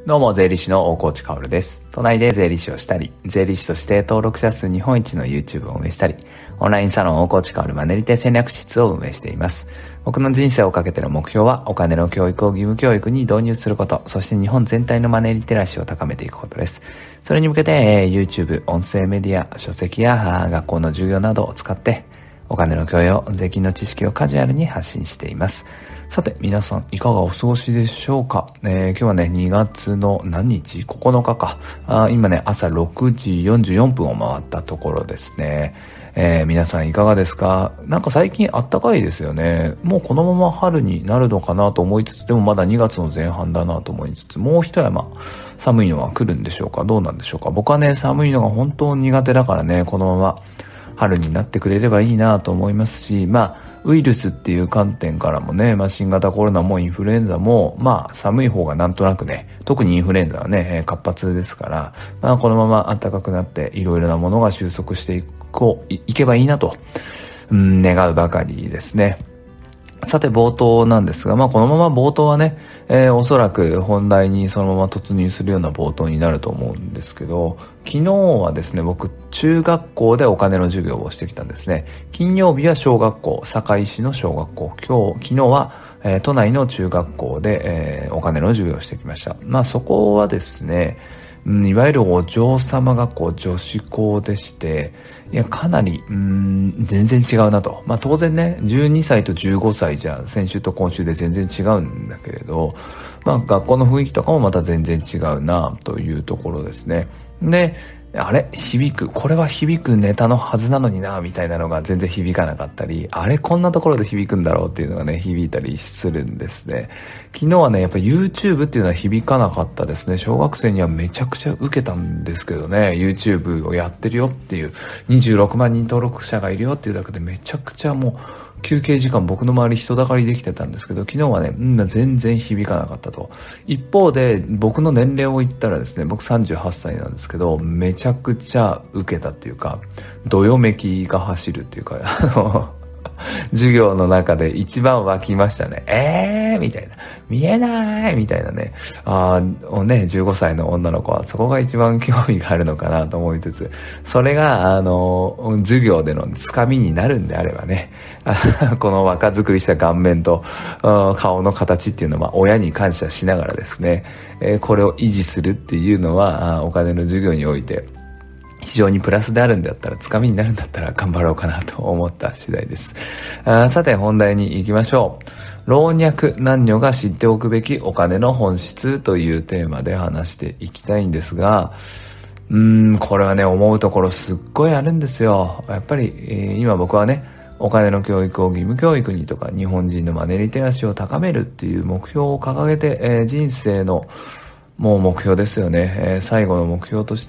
どうも、税理士の大河内薫です。都内で税理士をしたり、税理士として登録者数日本一の YouTube を運営したり、オンラインサロン大河内薫マネリテ戦略室を運営しています。僕の人生をかけての目標は、お金の教育を義務教育に導入すること、そして日本全体のマネリテラシーを高めていくことです。それに向けて、YouTube、音声メディア、書籍や学校の授業などを使って、お金の教養、税金の知識をカジュアルに発信しています。さて、皆さんいかがお過ごしでしょうか。今日はね、2月の何日 ?9 日か。今ね、朝6時44分を回ったところですね。皆さんいかがですか？なんか最近あったかいですよね。もうこのまま春になるのかなと思いつつ、でもまだ2月の前半だなと思いつつ、もう一山寒いのは来るんでしょうか？どうなんでしょうか？僕はね、寒いのが本当に苦手だからね、このまま春になってくれればいいなと思いますし、ウイルスっていう観点からもね、新型コロナもインフルエンザも、寒い方がなんとなくね、特にインフルエンザはね、活発ですから、このまま暖かくなっていろいろなものが収束していけばいいなと、願うばかりですね。さて冒頭なんですが、このまま冒頭はね、おそらく本題にそのまま突入するような冒頭になると思うんですけど、昨日はですね、僕中学校でお金の授業をしてきたんですね。金曜日は小学校、堺市の小学校、昨日は、都内の中学校で、お金の授業をしてきました。そこはですね、いわゆるお嬢様学校、女子校でして、かなり、全然違うなと。当然ね、12歳と15歳じゃ、先週と今週で全然違うんだけれど、学校の雰囲気とかもまた全然違うな、というところですね。で、これは響くネタのはずなのにな、みたいなのが全然響かなかったり、こんなところで響くんだろうっていうのがね、響いたりするんですね。昨日はね、やっぱ YouTube っていうのは響かなかったですね。小学生にはめちゃくちゃ受けたんですけどね、YouTube をやってるよっていう、26万人登録者がいるよっていうだけでめちゃくちゃもう、休憩時間僕の周り人だかりできてたんですけど、昨日はね、全然響かなかったと。一方で僕の年齢を言ったらですね、僕38歳なんですけど、めちゃくちゃ受けたっていうか、どよめきが走るっていうか、授業の中で一番湧きましたね。みたいな。見えないみたいなね。15歳の女の子はそこが一番興味があるのかなと思いつつ、それが、授業でのつかみになるんであればね、この若作りした顔面と顔の形っていうのは親に感謝しながらですね、これを維持するっていうのは、お金の授業において、非常にプラスであるんだったら、つかみになるんだったら頑張ろうかなと思った次第です。さて本題に行きましょう。老若男女が知っておくべきお金の本質というテーマで話していきたいんですが、これはね、思うところすっごいあるんですよ。やっぱり、今僕はね、お金の教育を義務教育にとか、日本人のマネリテラシーを高めるっていう目標を掲げて、人生のもう目標ですよね。最後の目標として、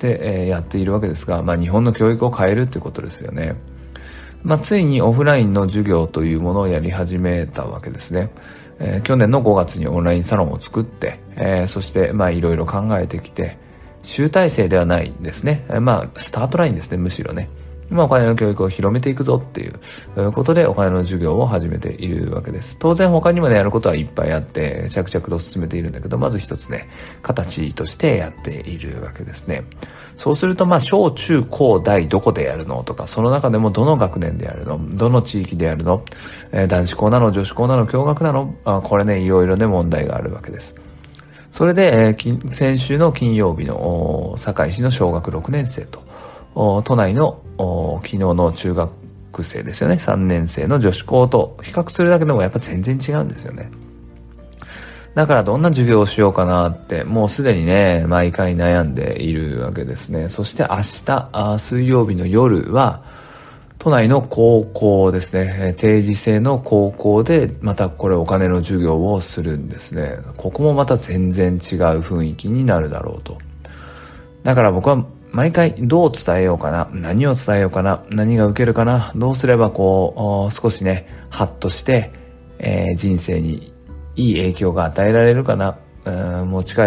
やっているわけですが、日本の教育を変えるってことですよね。ついにオフラインの授業というものをやり始めたわけですね。去年の5月にオンラインサロンを作って、そしていろいろ考えてきて、集大成ではないですね。スタートラインですね、むしろね。お金の教育を広めていくぞっていうことでお金の授業を始めているわけです。当然他にもね、やることはいっぱいあって着々と進めているんだけど、まず一つね、形としてやっているわけですね。そうすると小中高大どこでやるのとか、その中でもどの学年でやるの、どの地域でやるの、男子校なの女子校なの共学なの、これね、いろいろね問題があるわけです。それで、先週の金曜日の堺市の小学6年生と都内の昨日の中学生ですよね、3年生の女子校と比較するだけでもやっぱ全然違うんですよね。だからどんな授業をしようかなってもうすでにね、毎回悩んでいるわけですね。そして明日水曜日の夜は都内の高校ですね、定時制の高校でまたこれお金の授業をするんですね。ここもまた全然違う雰囲気になるだろうと。だから僕は毎回どう伝えようかな、何を伝えようかな、何が受けるかな、どうすれば少しね、ハッとして、人生にいい影響が与えられるかな、持ち帰って、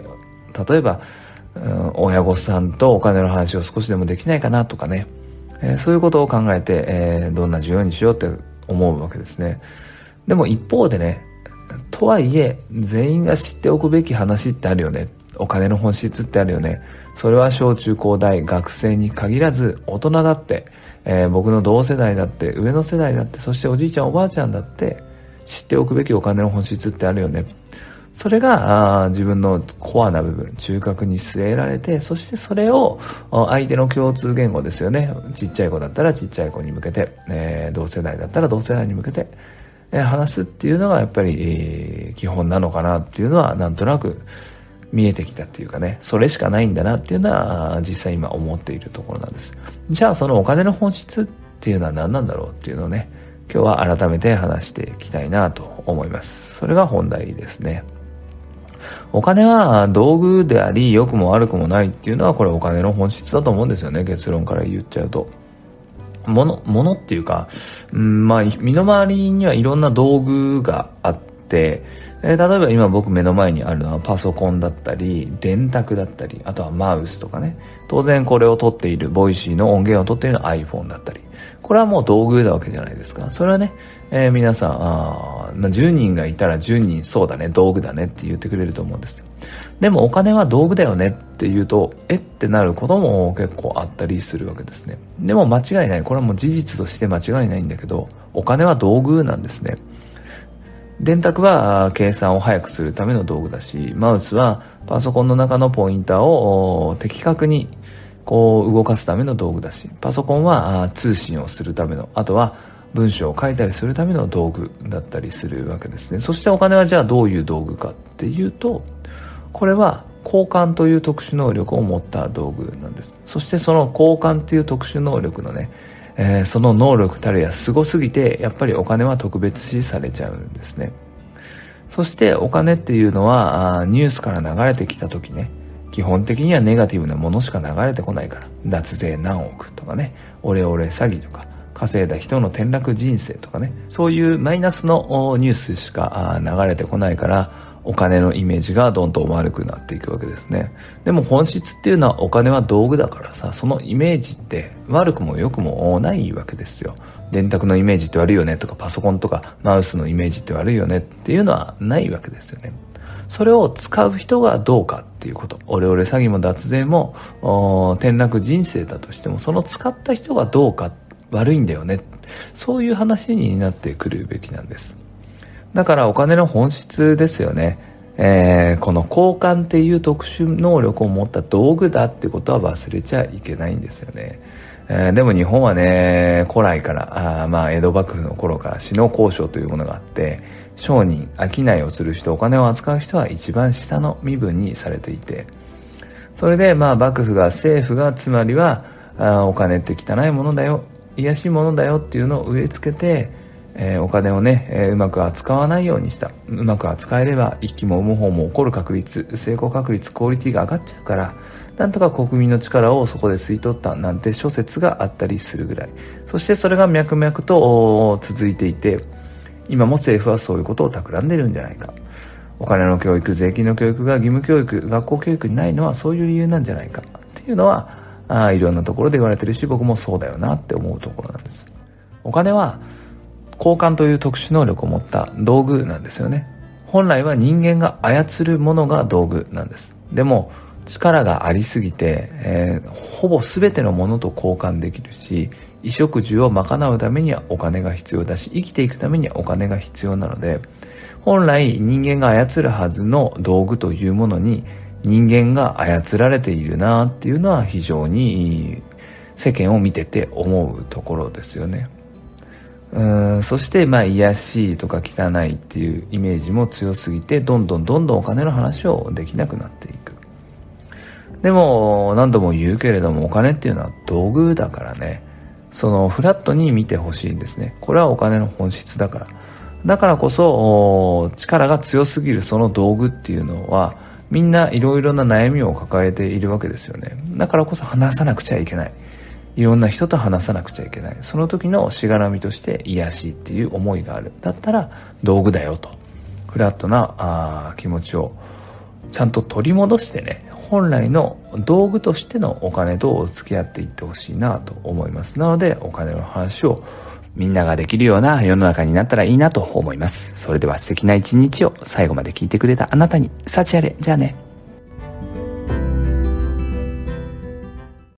例えば、親御さんとお金の話を少しでもできないかなとかね、そういうことを考えて、どんな授業にしようって思うわけですね。でも一方でね、とはいえ全員が知っておくべき話ってあるよね。 お金の本質ってあるよね。それは小中高大学生に限らず大人だって、僕の同世代だって上の世代だって、そしておじいちゃんおばあちゃんだって知っておくべきお金の本質ってあるよね。それが自分のコアな部分、中核に据えられて、そしてそれを相手の共通言語ですよね。ちっちゃい子だったらちっちゃい子に向けて、同世代だったら同世代に向けて、話すっていうのがやっぱり、基本なのかなっていうのはなんとなく見えてきたっていうかね、それしかないんだなっていうのは実際今思っているところなんです。じゃあそのお金の本質っていうのは何なんだろうっていうのをね、今日は改めて話していきたいなと思います。それが本題ですね。お金は道具であり良くも悪くもないっていうのはこれお金の本質だと思うんですよね。結論から言っちゃうと。物っていうか、まあ身の回りにはいろんな道具があって、例えば今僕目の前にあるのはパソコンだったり電卓だったり、あとはマウスとかね、当然これを撮っているボイシーの音源を撮っているのは iPhone だったり、これはもう道具なわけじゃないですか。それはね、皆さん10人がいたら10人そうだね道具だねって言ってくれると思うんですよ。でもお金は道具だよねって言うとってなることも結構あったりするわけですね。でも間違いない、これはもう事実として間違いないんだけど、お金は道具なんですね。電卓は計算を早くするための道具だし、マウスはパソコンの中のポインターを的確にこう動かすための道具だし、パソコンは通信をするための、あとは文章を書いたりするための道具だったりするわけですね。そしてお金はじゃあどういう道具かっていうと、これは交換という特殊能力を持った道具なんです。そしてその交換っていう特殊能力のね、その能力たるやすごすぎて、やっぱりお金は特別視されちゃうんですね。そしてお金っていうのはニュースから流れてきた時ね、基本的にはネガティブなものしか流れてこないから、脱税何億とかね、オレオレ詐欺とか、稼いだ人の転落人生とかね、そういうマイナスのニュースしか流れてこないから、お金のイメージがどんどん悪くなっていくわけですね。でも本質っていうのはお金は道具だからさ、そのイメージって悪くも良くもないわけですよ。電卓のイメージって悪いよねとか、パソコンとかマウスのイメージって悪いよねっていうのはないわけですよね。それを使う人がどうかっていうこと。オレオレ詐欺も脱税も転落人生だとしても、その使った人がどうか、悪いんだよね、そういう話になってくるべきなんです。だからお金の本質ですよね。この交換っていう特殊能力を持った道具だってことは忘れちゃいけないんですよね。でも日本はね、古来から江戸幕府の頃から士農工商というものがあって、商人、商いをする人、お金を扱う人は一番下の身分にされていて、それで幕府が、政府が、つまりはお金って汚いものだよ、卑しいものだよっていうのを植え付けて、お金をね、うまく扱わないようにした。うまく扱えれば一気も産む方も起こる確率、成功確率、クオリティが上がっちゃうから、なんとか国民の力をそこで吸い取ったなんて諸説があったりするぐらい。そしてそれが脈々と続いていて、今も政府はそういうことを企んでいるんじゃないか。お金の教育、税金の教育が義務教育、学校教育にないのはそういう理由なんじゃないかっていうのはいろんなところで言われてるし、僕もそうだよなって思うところなんです。お金は交換という特殊能力を持った道具なんですよね。本来は人間が操るものが道具なんです。でも力がありすぎて、ほぼ全てのものと交換できるし、衣食住を賄うためにはお金が必要だし、生きていくためにはお金が必要なので、本来人間が操るはずの道具というものに人間が操られているなっていうのは非常に世間を見てて思うところですよね。そして卑しいとか汚いっていうイメージも強すぎて、どんどんお金の話をできなくなっていく。でも何度も言うけれども、お金っていうのは道具だからね、そのフラットに見てほしいんですね。これはお金の本質だから。だからこそ力が強すぎるその道具っていうのは、みんないろいろな悩みを抱えているわけですよね。だからこそ話さなくちゃいけない。いろんな人と話さなくちゃいけない。その時のしがらみとして癒しっていう思いがある。だったら道具だよと。フラットな気持ちをちゃんと取り戻してね、本来の道具としてのお金と付き合っていってほしいなと思います。なのでお金の話をみんなができるような世の中になったらいいなと思います。それでは素敵な一日を最後まで聞いてくれたあなたに幸あれ。じゃあね。